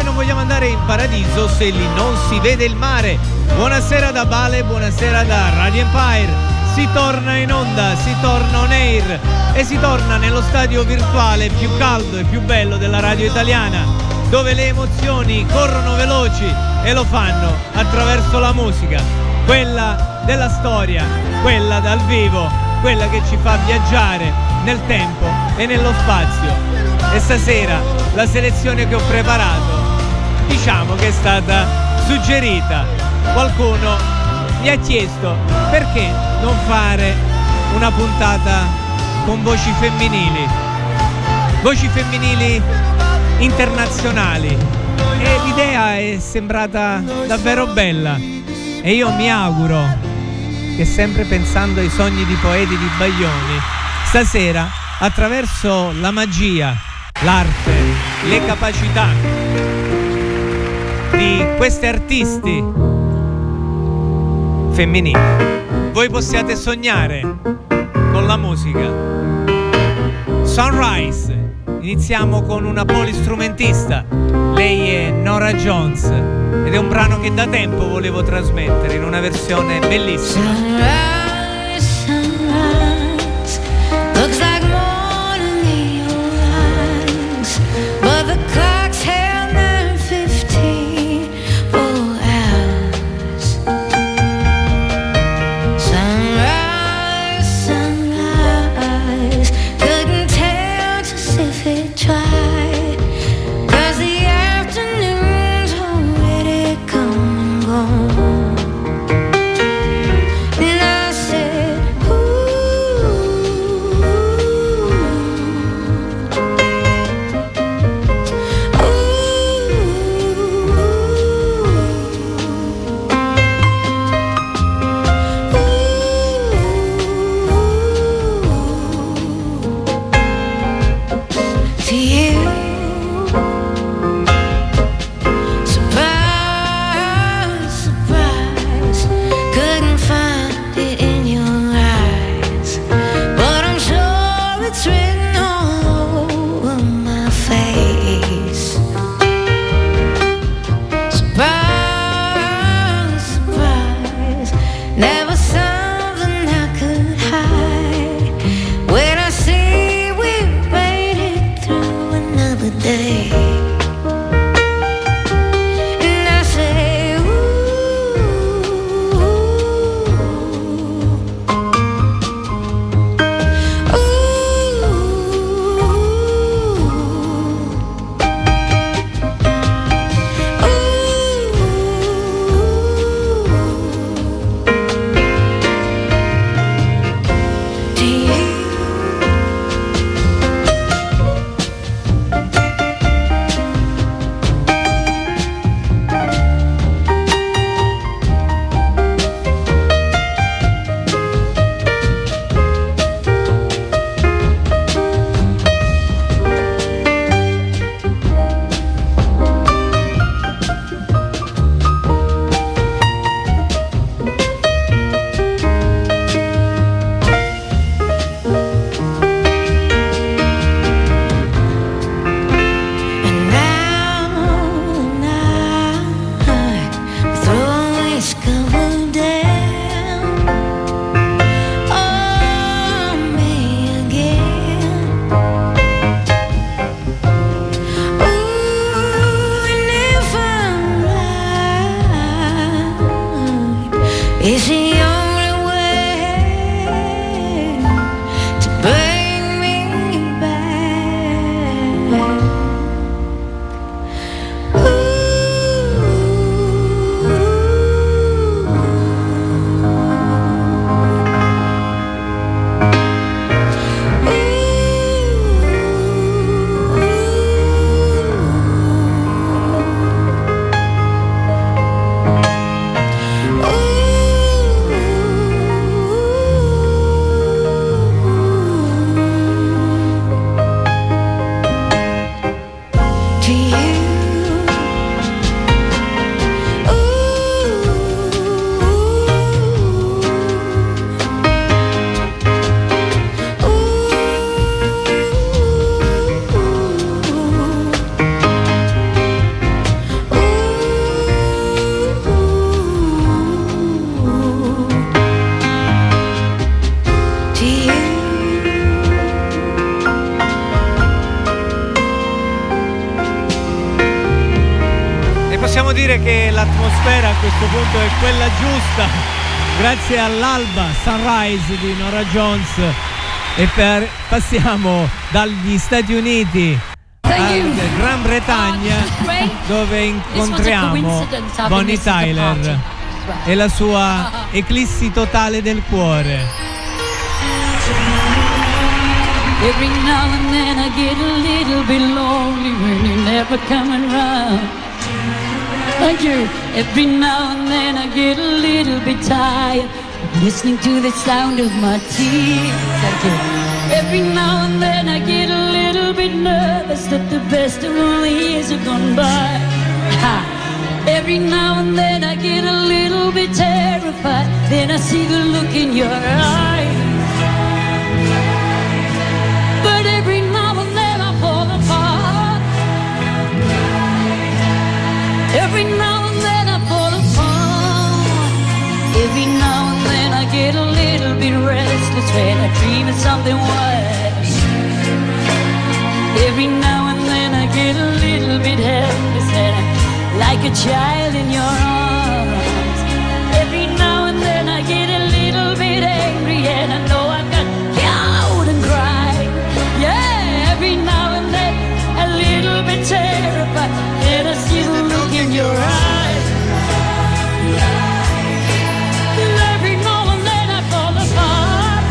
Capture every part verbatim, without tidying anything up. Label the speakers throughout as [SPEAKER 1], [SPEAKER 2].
[SPEAKER 1] noi non vogliamo andare in paradiso se lì non si vede il mare. Buonasera da Bale, buonasera da Radio Empire. Si torna in onda, si torna on air e si torna nello stadio virtuale più caldo e più bello della radio italiana, dove le emozioni corrono veloci e lo fanno attraverso la musica, quella della storia, quella dal vivo, quella che ci fa viaggiare nel tempo e nello spazio. E stasera la selezione che ho preparato, diciamo che è stata suggerita. Qualcuno mi ha chiesto perché non fare una puntata con voci femminili, voci femminili internazionali, e l'idea è sembrata davvero bella e io mi auguro che, sempre pensando ai sogni di poeti di Baglioni, stasera attraverso la magia, l'arte, le capacità di questi artisti femminili, voi possiate sognare con la musica. Sunrise. Iniziamo con una polistrumentista, lei è Norah Jones ed è un brano che da tempo volevo trasmettere in una versione bellissima.
[SPEAKER 2] Sunrise, sunrise, looks like morning in your eyes, but the clock's held nine fifteen for hours. Sunrise, sunrise, couldn't tell just if it tried, 'cause the afternoon's already come and gone. And I said, to you, surprise, surprise, couldn't find it in your eyes, but I'm sure it's written all over my face. Surprise, surprise, never something I could hide. When I see we made it through another day, and I say, ooh, to you. And now, now, throw a whisker down on me again. Ooh, and if I'm right, it's the only way to bring me back. Ooh, ooh, ooh.
[SPEAKER 1] possiamo dire che l'atmosfera a questo punto è quella giusta, grazie all'alba Sunrise di Norah Jones. E per, passiamo dagli Stati Uniti alla Gran Bretagna, dove incontriamo Bonnie Tyler e la sua eclissi totale del cuore.
[SPEAKER 3] Every now and then I get a little bit lonely when you're never coming round. Thank you. Every now and then I get a little bit tired of listening to the sound of my tears. Thank you. Every now and then I get a little bit nervous that the best of all the years have gone by. Ha. Every now and then I get a little bit terrified, then I see the look in your eyes. But every now and then I fall apart. Every now and then I fall apart. Every now and then I get a little bit restless when I dream of something worse. Every now and then I get a little bit helpless and I'm like a child in your arms. Every now and then I get a little bit angry and I know I've got to out and cry. Yeah, every now and then a little bit terrified and I see the look in your eyes. And every now and then I fall apart.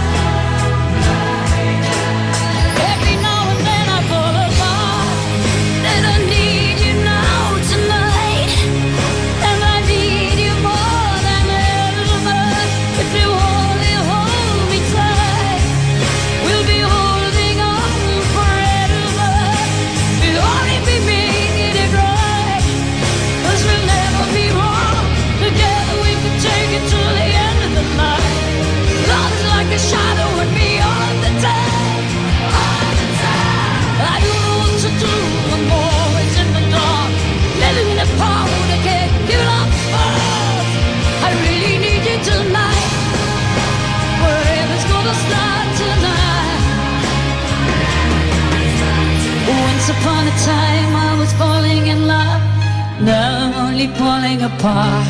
[SPEAKER 3] Every now and then I fall apart. And I need you now tonight. And I need you more than ever. If you only hold me tight, we'll be holding on forever. We'll only be making it right, 'cause we'll never be wrong. Together we can take it to the end of the night. Love is like a shadow with me all the time. All the time. I don't know what to do, I'm always in the dark, living in a power that can't give up spark. I really need you tonight. Forever's gonna start tonight. Once upon a time I was falling in love, now I'm only falling apart.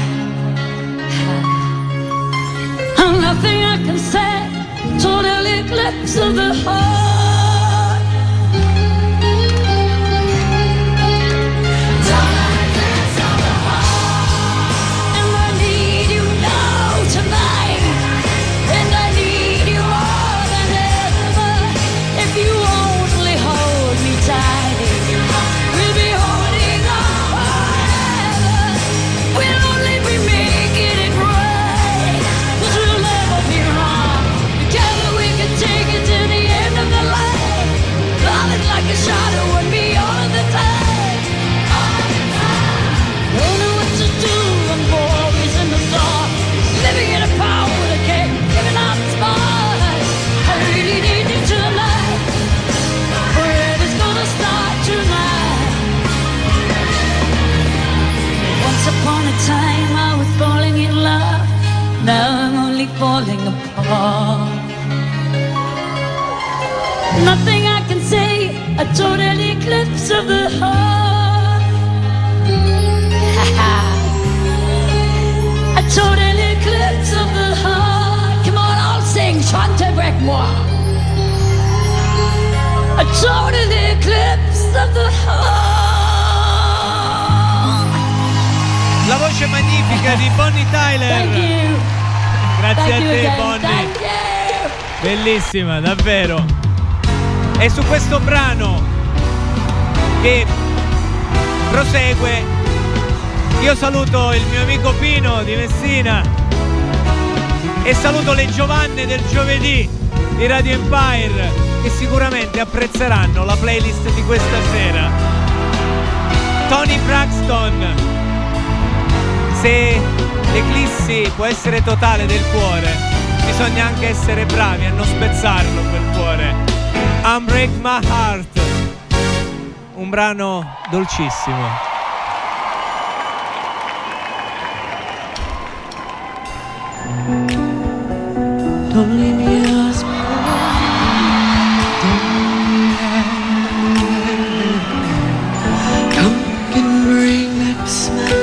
[SPEAKER 3] And nothing I can say, total eclipse of the heart. Total eclipse of the heart. And I need you now tonight. And I need you more than ever. If you only hold me tight, we'll be holding on forever. We'll only be making it right, 'cause we'll never be wrong. Together we can take it to the end of the line. Love is like a shadow with me all the time. All the time. Don't know what to do, I'm always in the dark, living in a power that can't give it up spark. I really need you tonight. Forever's gonna start tonight. Once upon a time I was falling in love, now I'm only falling apart. Nothing I can say, a total eclipse of the heart. A total eclipse of the heart. Come on, all sing, chante avec moi. A total eclipse of the heart.
[SPEAKER 1] La voce magnifica di Bonnie Tyler.
[SPEAKER 3] Thank you.
[SPEAKER 1] Grazie
[SPEAKER 3] Thank
[SPEAKER 1] a
[SPEAKER 3] you
[SPEAKER 1] te,
[SPEAKER 3] again.
[SPEAKER 1] Bonnie.
[SPEAKER 3] Thank you.
[SPEAKER 1] Bellissima, davvero. E su questo brano che prosegue, io saluto il mio amico Pino di Messina e saluto le Giovanne del giovedì di Radio Empire, che sicuramente apprezzeranno la playlist di questa sera. Tony Braxton, se l'eclissi può essere totale del cuore, bisogna anche essere bravi a non spezzarlo quel cuore. Unbreak My Heart, un brano dolcissimo.
[SPEAKER 3] Don't leave me as come and bring that smile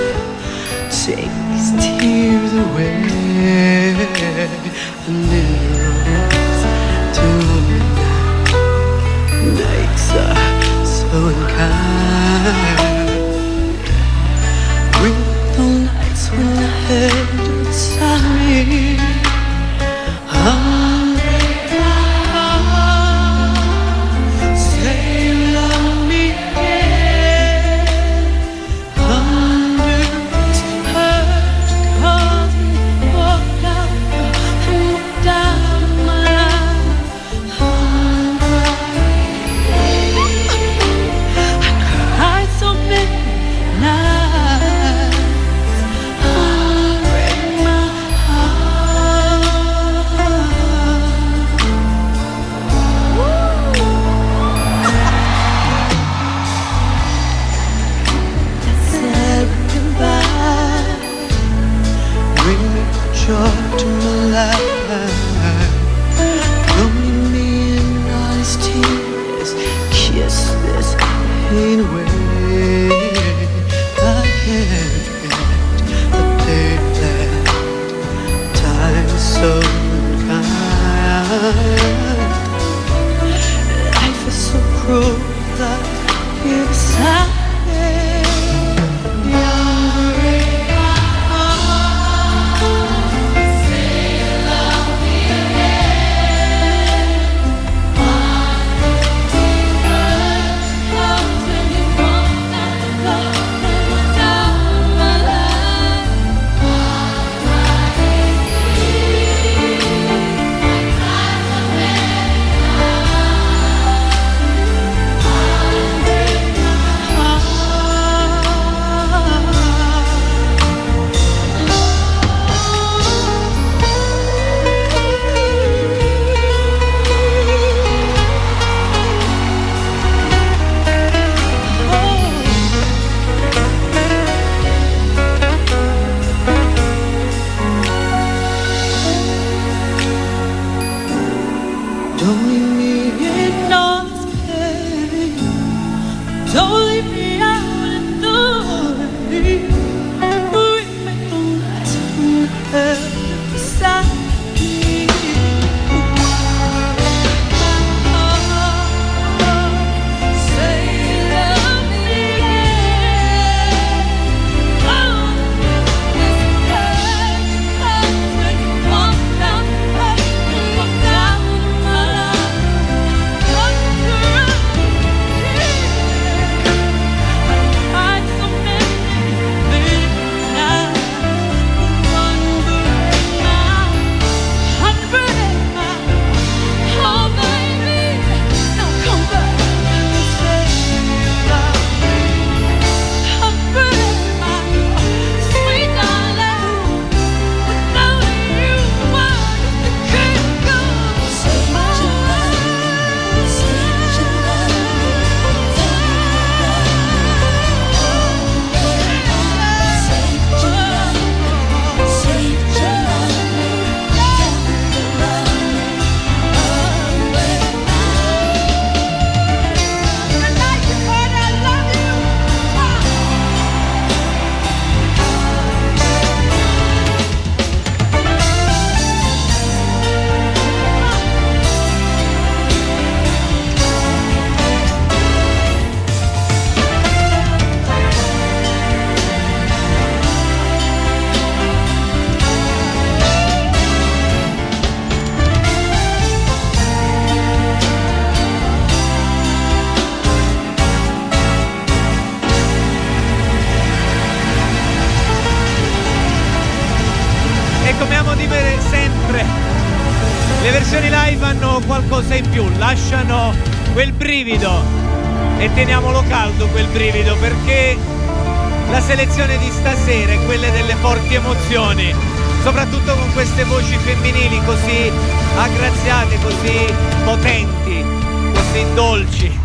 [SPEAKER 1] Le versioni live hanno qualcosa in più, lasciano quel brivido e teniamolo caldo quel brivido, perché la selezione di stasera è quella delle forti emozioni, soprattutto con queste voci femminili così aggraziate, così potenti, così dolci.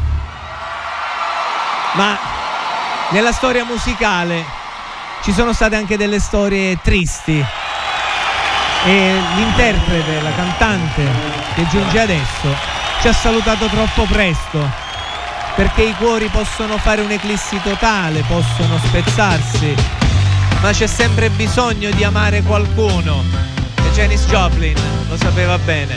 [SPEAKER 1] Ma nella storia musicale ci sono state anche delle storie tristi e l'interprete, la cantante che giunge adesso, ci ha salutato troppo presto, perché i cuori possono fare un'eclissi totale, possono spezzarsi, ma c'è sempre bisogno di amare qualcuno, e Janis Joplin lo sapeva bene.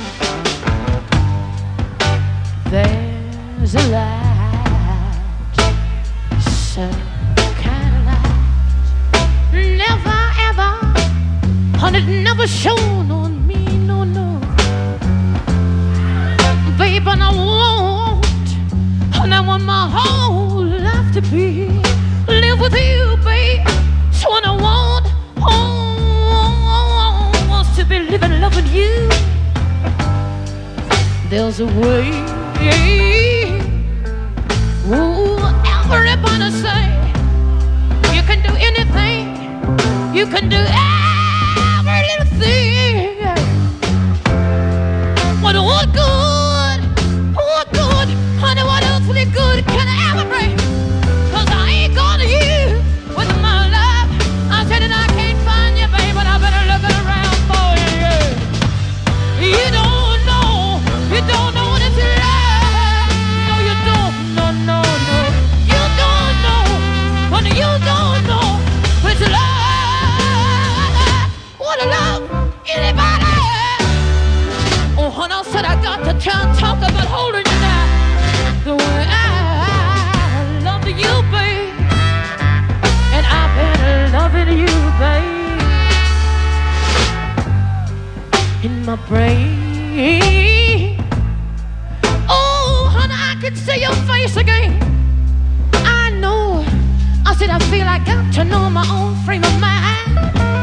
[SPEAKER 3] There's a light, some kind of light, never ever, and it never shone on me, no, no. Babe, and I want, and I want my whole life to be, live with you, babe. So what I want, oh, wants to be living, loving you. There's a way. Ooh, everybody say you can do anything, you can do every little thing. What what good, what good, honey, what else really good can I ever bring? Cause I ain't gone to you with my love. I said that I can't find you, baby, but I better look around for you. You don't know, you don't know what it's like. You don't know what it's like. What a love, anybody. Oh, honey, I said I got to try and talk about holding you now. The way I love you, babe. And I've been loving you, babe. In my brain. Oh, honey, I can see your face again. I know. I said I feel I got to know my own frame of mind.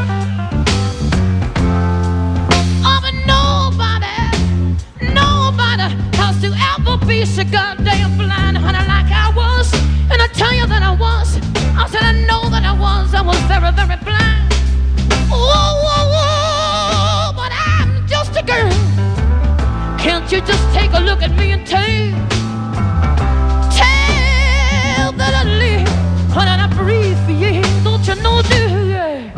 [SPEAKER 3] Oh, but nobody, nobody has to ever be so goddamn blind, honey, like I was. And I tell you that I was. I said I know that I was. I was very, very blind. Whoa, whoa, whoa, but I'm just a girl. Can't you just take a look at me and tell, tell that I live. When I breathe for you, don't you know, dear?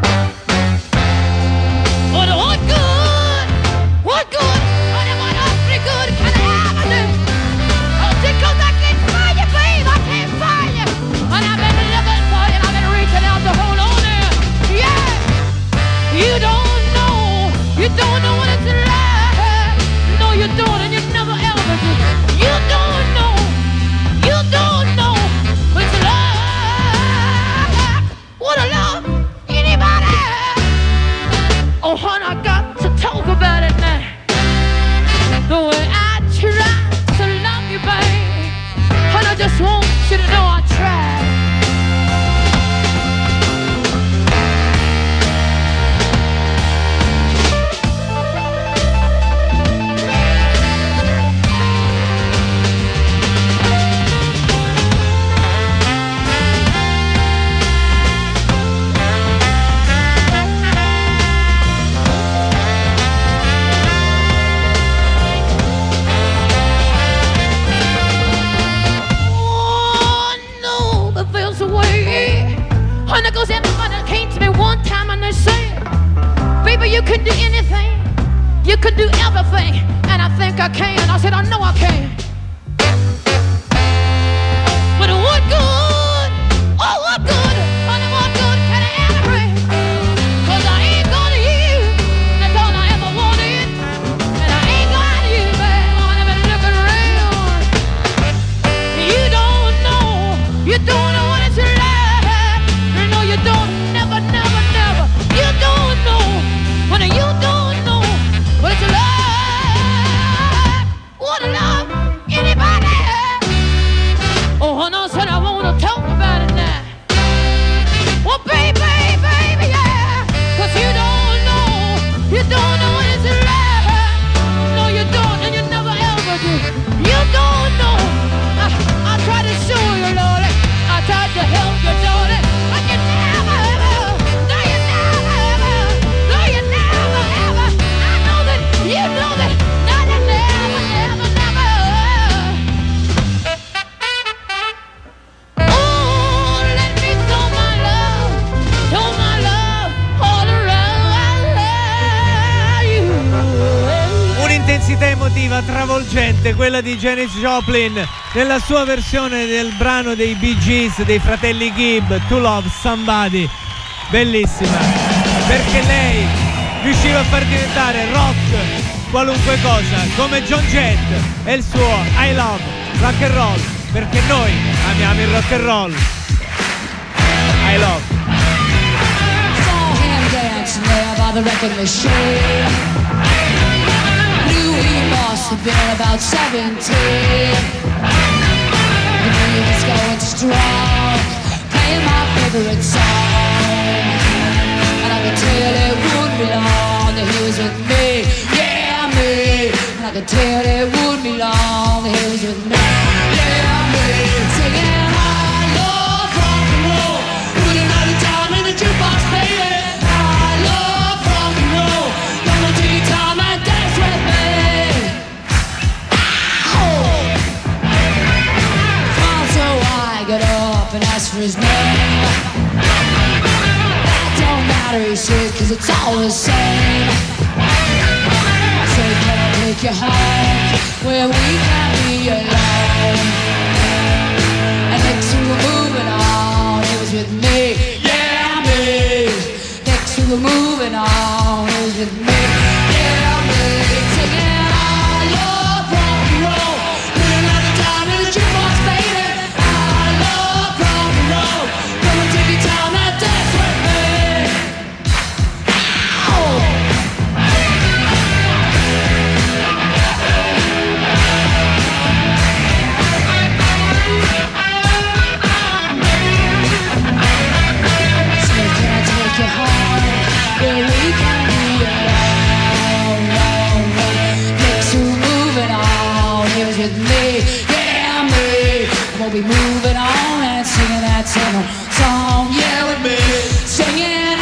[SPEAKER 3] What, what good, what good, honey, what awfully good can I ever do? Oh, because I can't find you, babe, I can't find you. And I've been looking for you, and I've been reaching out to hold on there. Yeah, you don't know, you don't know what it's like. No, you don't, and you never ever do. You don't know, you don't know what it's like. What a love, anybody? Oh, honey, I got to talk about it now. The way I try to love you, babe. And I just want you to know I tried. And it goes everybody came to me one time and they said, baby, you can do anything, you can do everything, and I think I can. I said, I know I can. But what good, oh what good, honey, what good can I ever bring? Cause I ain't gonna you, that's all I ever wanted. And I ain't gonna you, babe, I've been looking around. You don't know, you don't know what it's like. You don't, never, never, never. You don't know, when you don't know what it's like. What a love, anybody? Oh, and I said I wanna talk about it now.
[SPEAKER 1] definiva travolgente, quella di Janis Joplin nella sua versione del brano dei Bee Gees, dei fratelli Gibb, To Love Somebody. Bellissima, perché lei riusciva a far diventare rock qualunque cosa, come John Jett e il suo I Love Rock and Roll, perché noi amiamo il rock and roll. I love.
[SPEAKER 3] Saw him dancing there by the record machine. Knew he must have been about seventeen. The music was going strong, playing my favorite song. And I could tell it wouldn't be long that he was with me, yeah me. And I could tell it wouldn't be long that he was with me, yeah me. Singing I love rock and roll, put another time in the jukebox, baby. I love rock and roll, gonna take your time and dance with me. Oh. So I got up and asked for his name. That don't matter, he said, cause it's all the same. I said, can I take you home where we can be alone? And next we were moving on, he was with me, yeah me. Next we were moving on, he was with me, yeah me. Singing I love rock and roll, put another time in the jukebox, baby. I love rock and roll, come and take your time and dance with me. Oh. Where we can be alone. Next we're moving on, he was with me, yeah me. We'll be moving on and singing that same song, yeah with me. Singing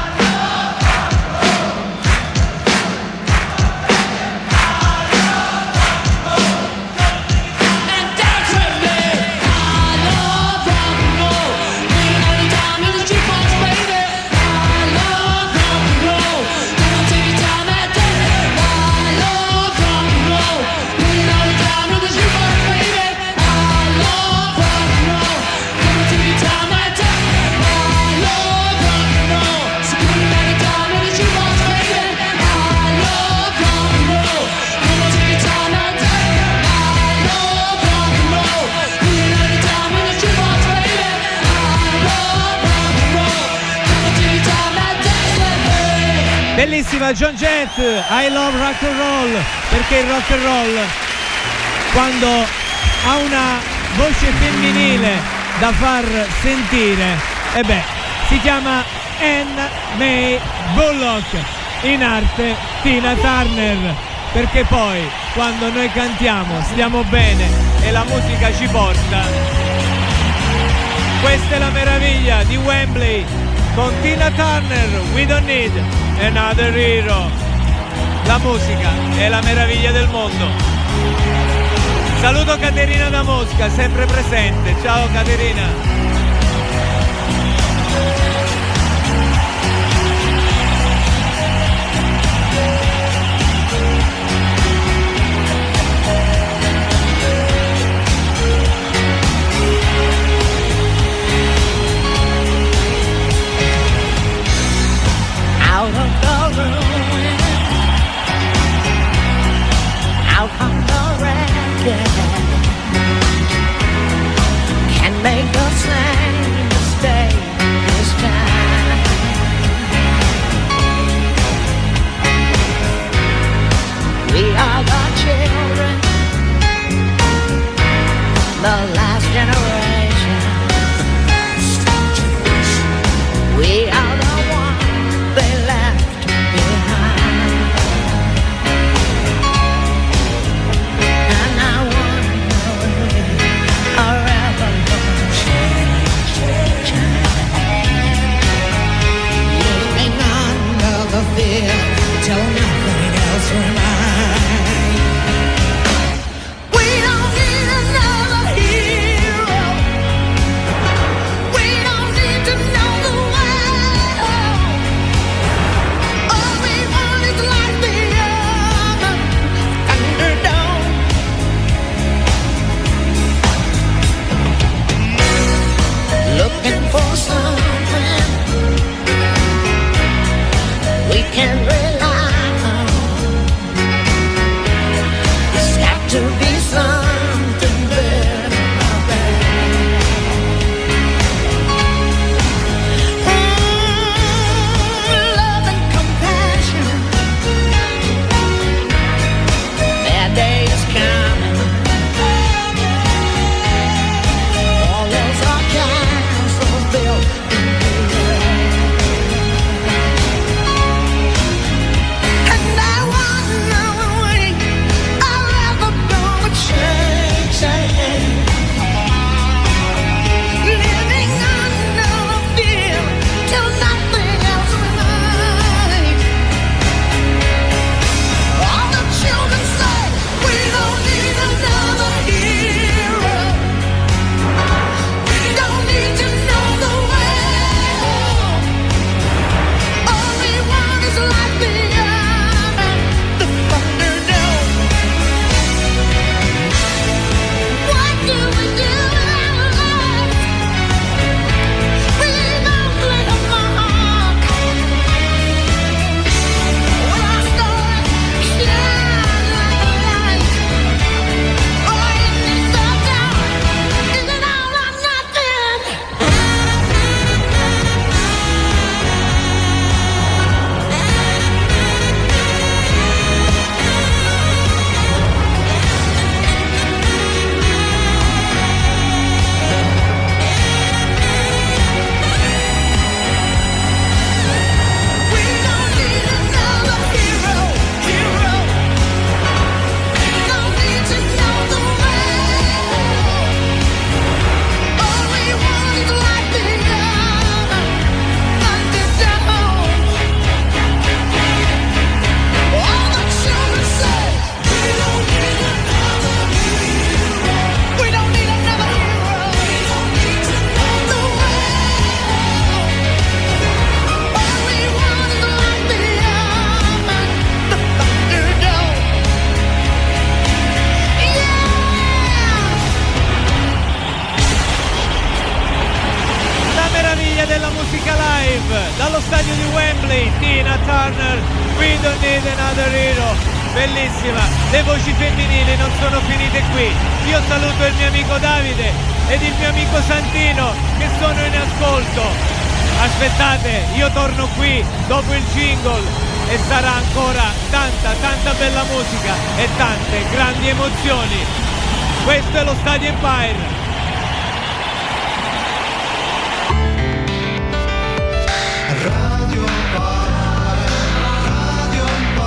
[SPEAKER 3] and dance with me. I love rock and roll, put another time in the jukebox, baby. I love rock and roll, gonna take your time and dance. I love rock and roll, put another time in the jukebox, baby. I love rock and roll, gonna take your time and dance. I love rock and roll, so put another time in the jukebox, baby. I love rock and roll, gonna take your time and dance. I love rock and roll, put another time in the jukebox, baby. I love rock and roll, gonna take your time and dance with me.
[SPEAKER 1] Bellissima John Jett, I love rock and roll, perché il rock and roll, quando ha una voce femminile da far sentire, e beh, si chiama Anne May Bullock, in arte Tina Turner, perché poi quando noi cantiamo stiamo bene e la musica ci porta. Questa è la meraviglia di Wembley con Tina Turner, We Don't Need Another Hero. La musica è la meraviglia del mondo. Saluto Caterina da Mosca, sempre presente. Ciao Caterina.
[SPEAKER 2] Out of the ruin, out from the wreckage, can make a sound.
[SPEAKER 1] live dallo stadio di Wembley, Tina Turner, We Don't Need Another Hero, bellissima. Le voci femminili non sono finite qui. Io saluto il mio amico Davide ed il mio amico Santino che sono in ascolto. Aspettate, io torno qui dopo il jingle e sarà ancora tanta tanta bella musica e tante grandi emozioni. Questo è lo Stadio Empire.
[SPEAKER 4] Radio Empire, Radio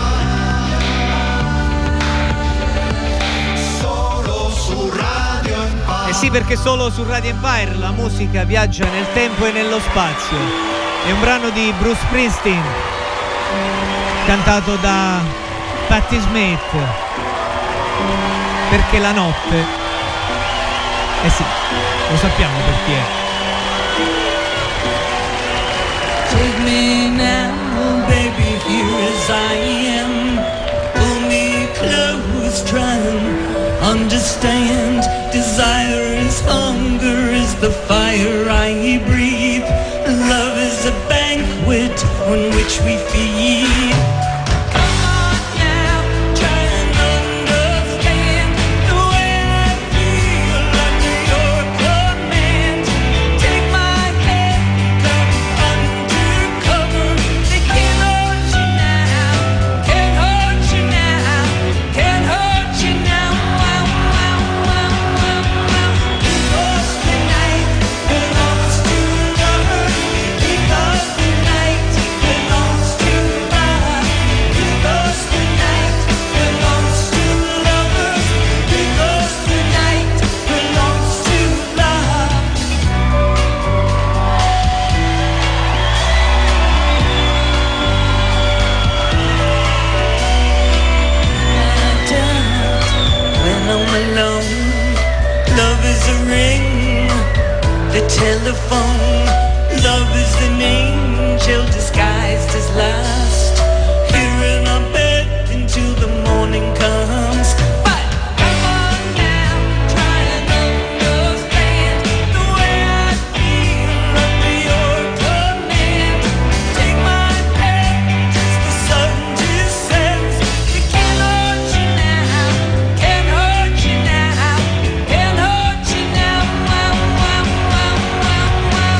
[SPEAKER 4] Empire, solo su Radio Empire.
[SPEAKER 1] Eh sì, perché solo su Radio Empire la musica viaggia nel tempo e nello spazio. È un brano di Bruce Springsteen, cantato da Patti Smith, perché la notte, eh sì, lo sappiamo perché.
[SPEAKER 5] Take me now, baby, here as I am. Pull me close, try and understand. Desire is hunger, is the fire I breathe. Love is a banquet on which we feed. Come on now, try and understand the way I feel under your command. Take my hand, come undercover. They can't hurt you now, can't hurt you now, can't hurt you now. Wow, wow, wow, wow, wow. Because the night belongs to lovers. Because the night belongs to love. Because the night belongs to lovers. Because the night belongs to love. When I'm alone, love is a ring, the telephone. Love is an angel disguised as lust. Here in our bed until the morning comes. But come on now, try and understand the way I feel under your command. Take my hand as the sun descends. It can't hurt you now, can't hurt you now, can't hurt you now. Wow, wow, wow, wow, wow.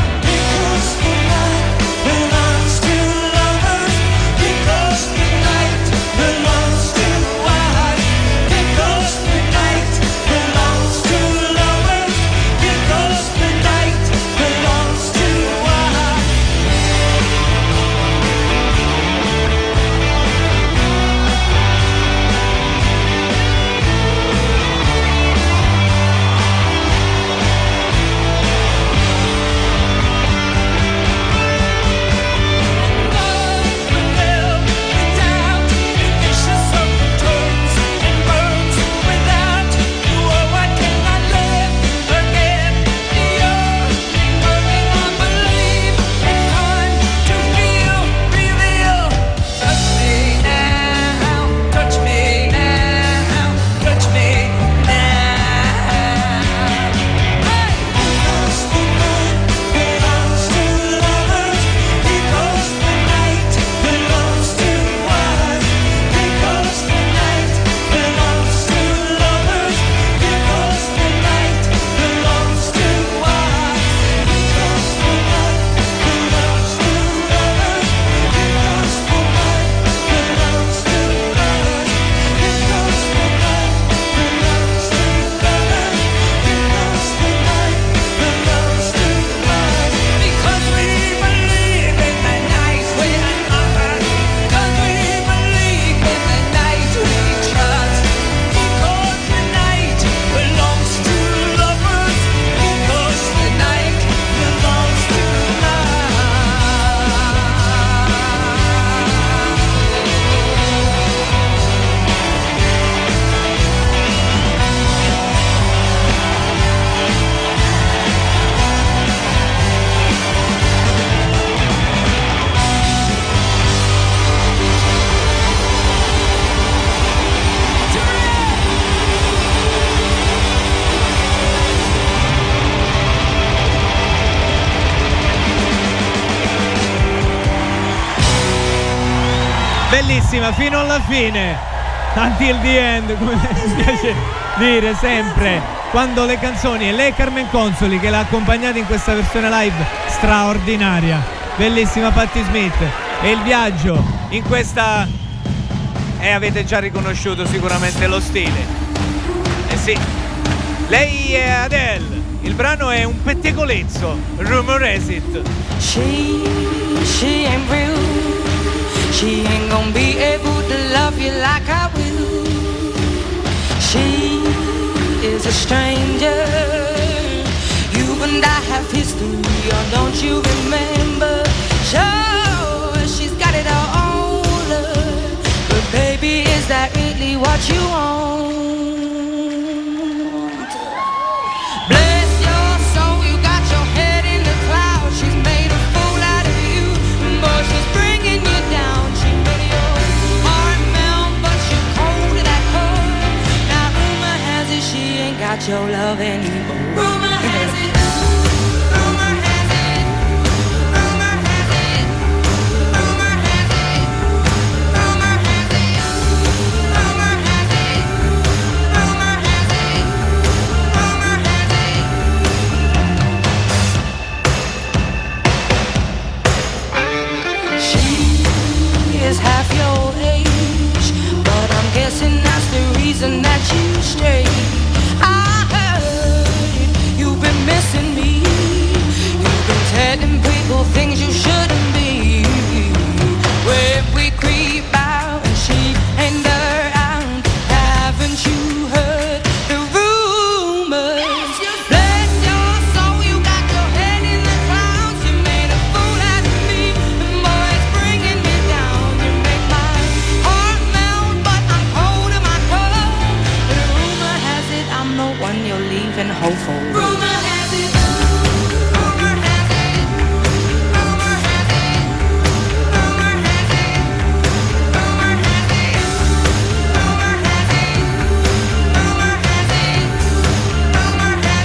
[SPEAKER 1] bellissima fino alla fine, until the end, come mi piace dire sempre quando le canzoni, e lei Carmen Consoli che l'ha accompagnata in questa versione live straordinaria, bellissima Patti Smith, e il viaggio in questa, e eh, avete già riconosciuto sicuramente lo stile, eh sì, lei è Adele, il brano è un pettegolezzo, Rumor Has It.
[SPEAKER 6] She, she ain't real. She ain't gonna be able to love you like I will. She is a stranger. You and I have history, or don't you remember? Sure, she's got it all on her, but baby, is that really what you want? Bless your soul, you got your head in the clouds. She's made a fool out of you, but she's bringing you down. She made your heart melt, but you're cold to that core. Now rumor has it she ain't got your love anymore. Rumor has it. Rumor has it. Rumor has it. Rumor has it. Rumor has it. Rumor has it. Rumor has it. Rumor has it. She is half your age, but I'm guessing that's the reason that you stray. I heard you've been missing me. You've been telling people things you shouldn't be. Where we creep out and she ain't around. Haven't you heard the rumors? Bless your soul, you got your head in the clouds. You made a fool out of me, and boy, it's bringing me down. You make my heart melt, but I'm cold to my core. The rumor has it I'm the one you're leaving hope for. Rumor has it. Rumor has it. Rumor has it. Rumor has it. Rumor has it. Rumor has it. Rumor has it. Rumor has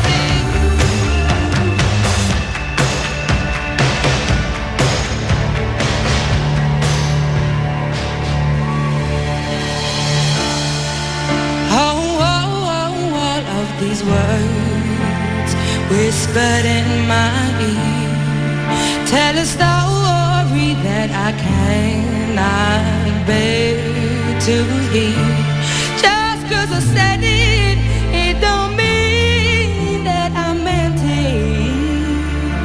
[SPEAKER 6] it. Oh, oh, oh, all of these words whispered in my ear tell a story that I cannot bear to hear. Just 'cause I said it, it don't mean that I meant it.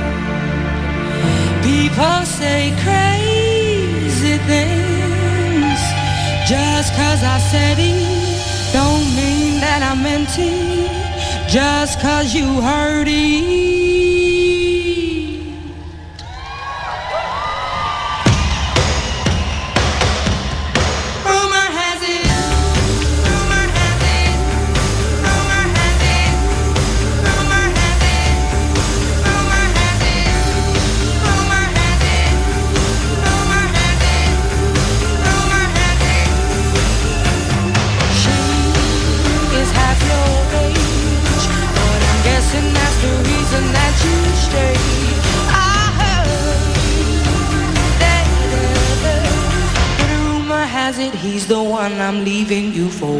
[SPEAKER 6] People say crazy things. Just 'cause I said it, don't mean that I meant it. Just 'cause you heard it. Rumor has it. Rumor has it. Rumor has it. Rumor has it. Rumor has it. Rumor has it. Rumor has it. Rumor has it. She is half your age, but I'm guessing that's the reason that you stay. I heard that, but rumor has it he's the one I'm leaving you for.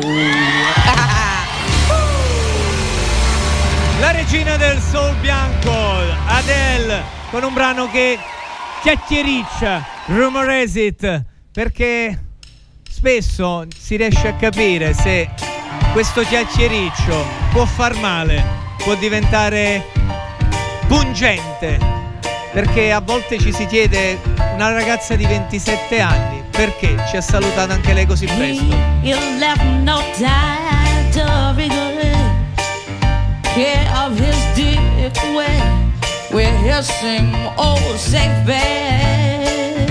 [SPEAKER 1] La regina del soul bianco, Adele, con un brano che chiacchiericcia, Rumor Has It, perché spesso si riesce a capire se questo chiacchiericcio può far male, può diventare pungente, perché a volte ci si chiede, una ragazza di ventisette anni, perché ci ha salutato anche lei così presto?
[SPEAKER 3] You left no time to regret. Care of his dick way with his same old safe bed.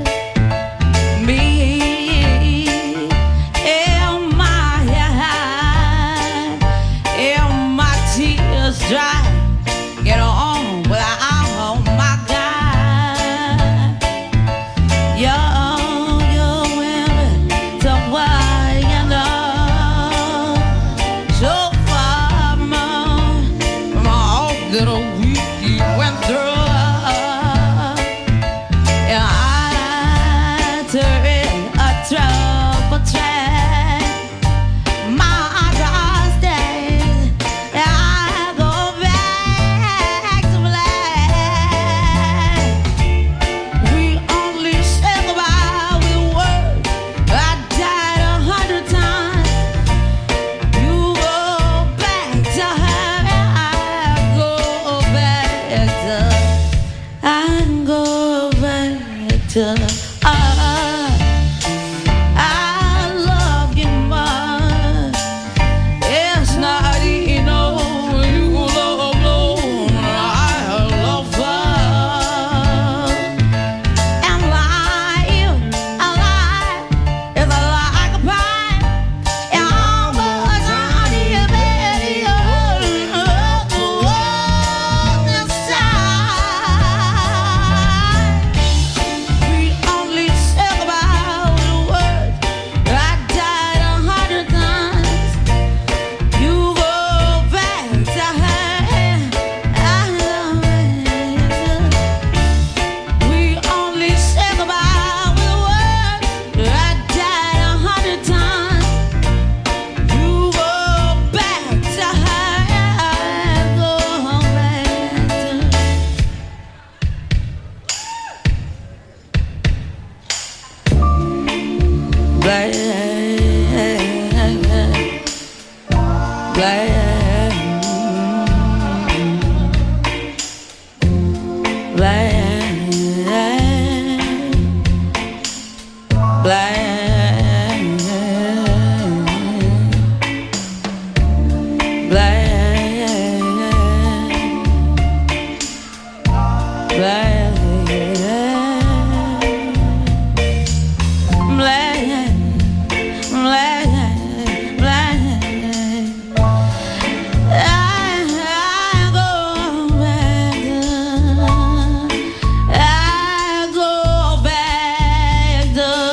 [SPEAKER 3] Me, and my head, and my tears dry. Get on without my guy. Young, young women, so why you know so far more from all that we went through.
[SPEAKER 6] to I, I love you much. It's not enough. You love alone. I love her. And life, a life is like a pie. And all goes on in your belly. We only talk about the words. I died a hundred times. You go back to her. I love it. We only talk about the words. I died a hundred times. You go back to her. Go back to Black, black, black, black, black, black, I, I go back, I go back.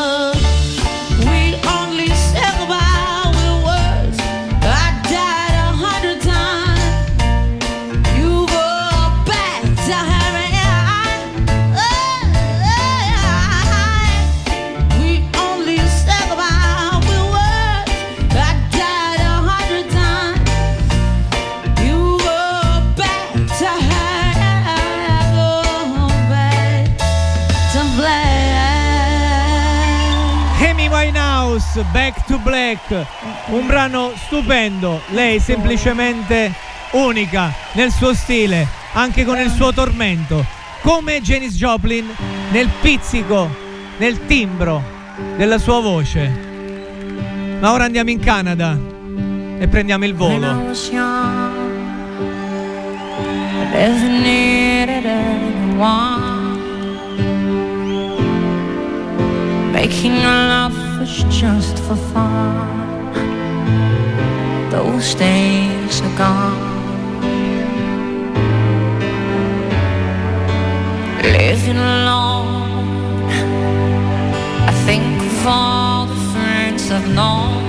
[SPEAKER 6] We only talk about the words. I died a hundred times. You go back to her. We only talk about the words. I died a hundred times. You go back to her. Go back to black.
[SPEAKER 1] Amy Winehouse, Back to Black, un brano stupendo, lei semplicemente unica nel suo stile, anche con il suo tormento, come Janis Joplin nel pizzico, nel timbro della sua voce. Ma ora andiamo in Canada e prendiamo il
[SPEAKER 6] When I
[SPEAKER 1] volo.
[SPEAKER 6] was young, I never needed anyone. Making love was just for fun. Those days are gone. Living alone, I think of all the friends I've known.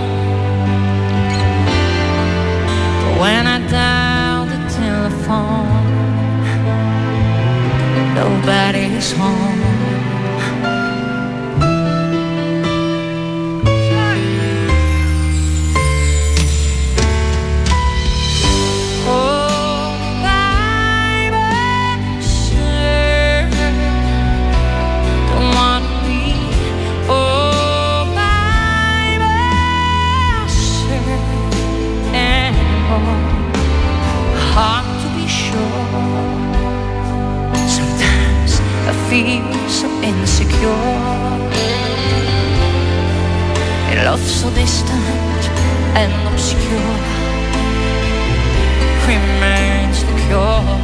[SPEAKER 6] But when I dial the telephone, nobody's home. Oh, baby, sir, don't wanna be. Oh, baby, sir, anymore. Hard to be sure. Sometimes I feel so insecure. A love so distant and obscure remains the cure.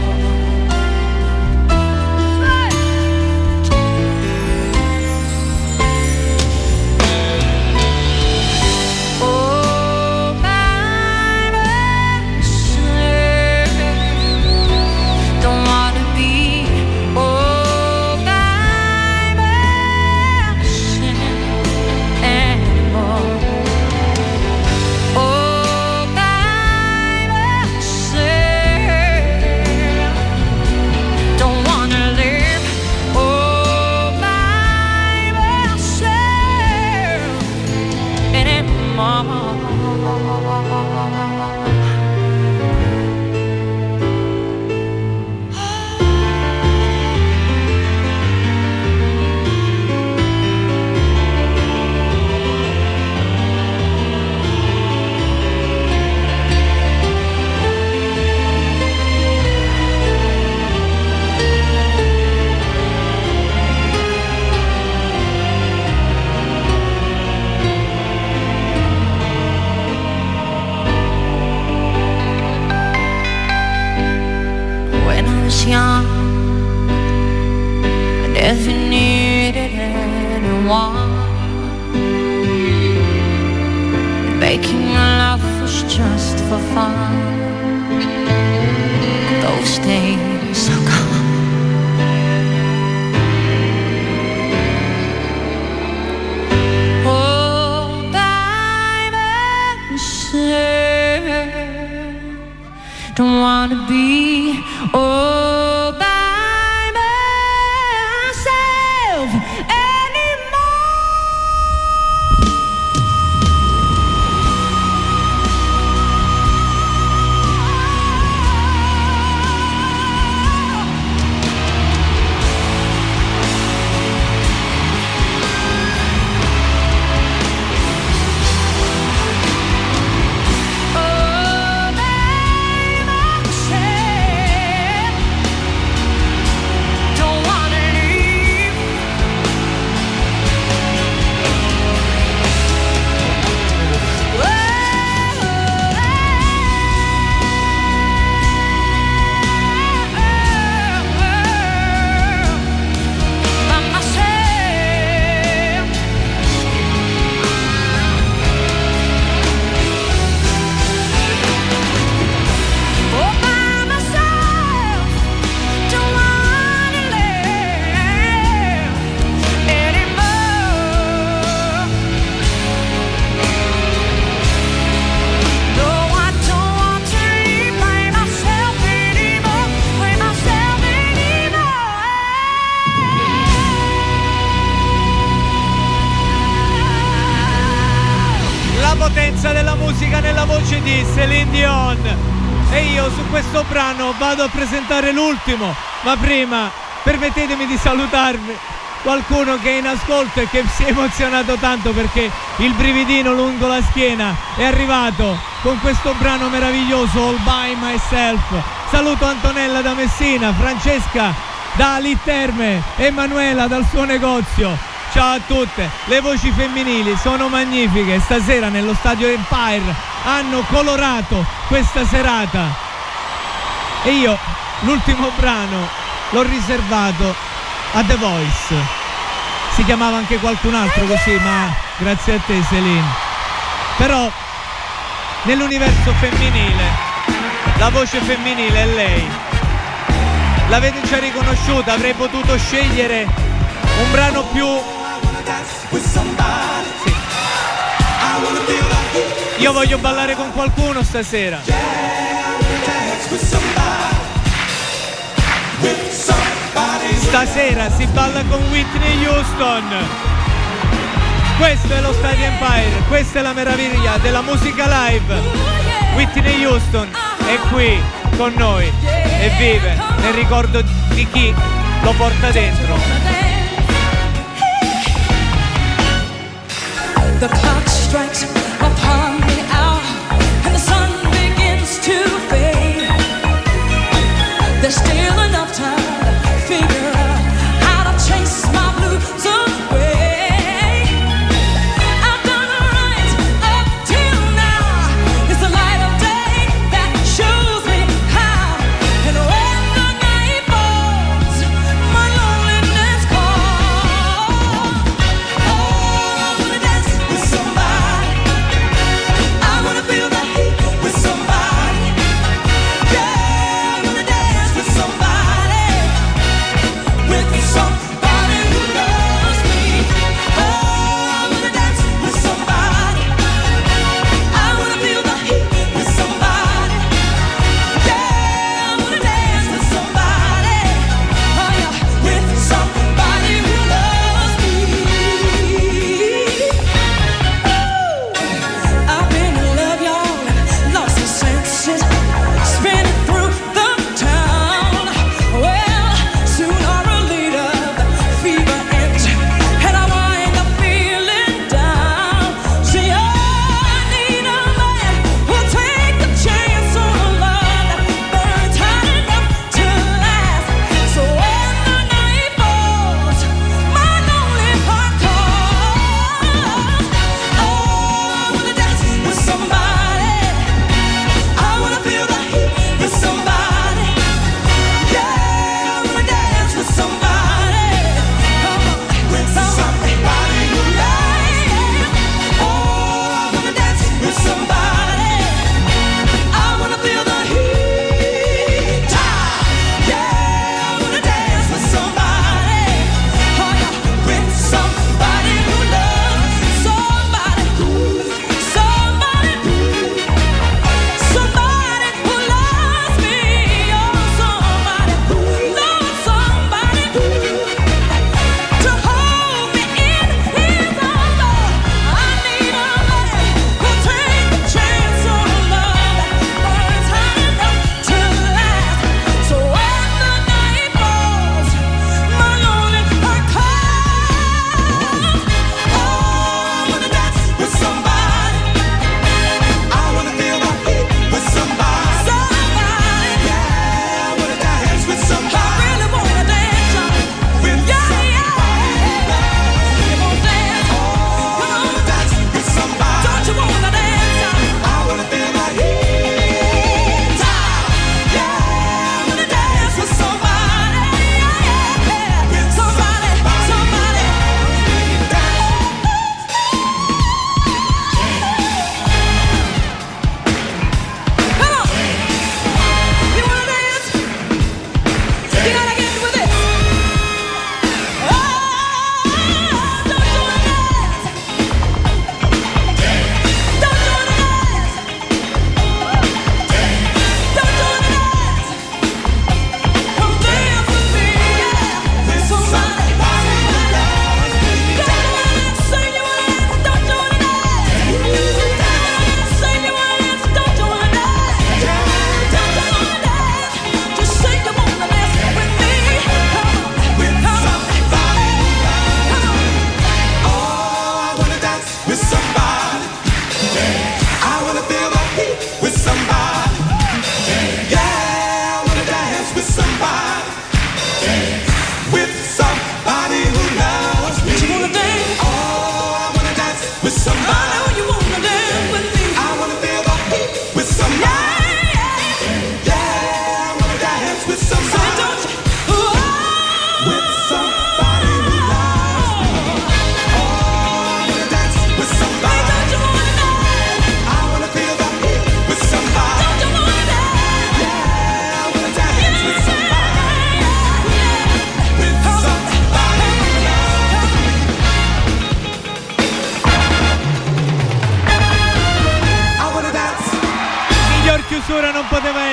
[SPEAKER 6] Oh, baby, sir, don't wanna be. Oh, baby, sir, anymore. Oh, baby, sir,
[SPEAKER 2] one. Making love was just for fun. Those days are gone. All by myself, don't wanna be all by myself
[SPEAKER 1] della musica nella voce di Céline Dion. E io su questo brano vado a presentare l'ultimo, ma prima permettetemi di salutarvi qualcuno che è in ascolto e che si è emozionato tanto perché il brividino lungo la schiena è arrivato con questo brano meraviglioso, All By Myself. Saluto Antonella da Messina, Francesca da Litterme, Emanuela dal suo negozio. Ciao a tutte, le voci femminili sono magnifiche, stasera nello stadio Empire hanno colorato questa serata e io l'ultimo brano l'ho riservato a The Voice. Si chiamava anche qualcun altro così, ma grazie a te Céline. Però nell'universo femminile la voce femminile è lei. L'avete già riconosciuta, avrei potuto scegliere un brano più... Sì. Io voglio ballare con qualcuno stasera. Stasera si balla con Whitney Houston. Questo è lo Stadio Empire, questa è la meraviglia della musica live. Whitney Houston è qui con noi e vive nel ricordo di chi lo porta dentro.
[SPEAKER 5] The clock strikes upon the hour and the sun begins to fade. There's still enough time to figure out how to chase my blues away. I've done right up till now. It's the light of day that shows me how. And when the night falls, my loneliness calls.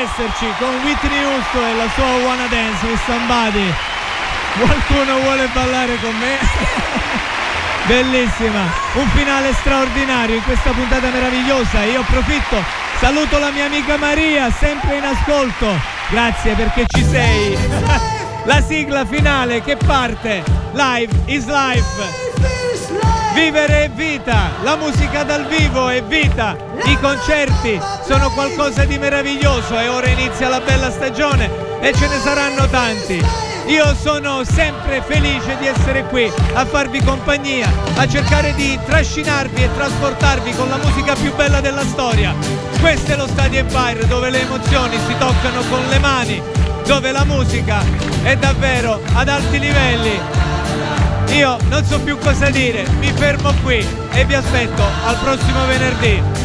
[SPEAKER 1] esserci con Whitney Houston e la sua Wanna Dance with Somebody. Qualcuno vuole ballare con me? Bellissima, un finale straordinario in questa puntata meravigliosa. Io approfitto, saluto la mia amica Maria, sempre in ascolto. Grazie perché ci sei. La sigla finale che parte. Live is life. Vivere è vita, la musica dal vivo è vita, i concerti sono qualcosa di meraviglioso e ora inizia la bella stagione e ce ne saranno tanti. Io sono sempre felice di essere qui a farvi compagnia, a cercare di trascinarvi e trasportarvi con la musica più bella della storia. Questo è lo Stadio Empire, dove le emozioni si toccano con le mani, dove la musica è davvero ad alti livelli. Io non so più cosa dire, mi fermo qui e vi aspetto al prossimo venerdì.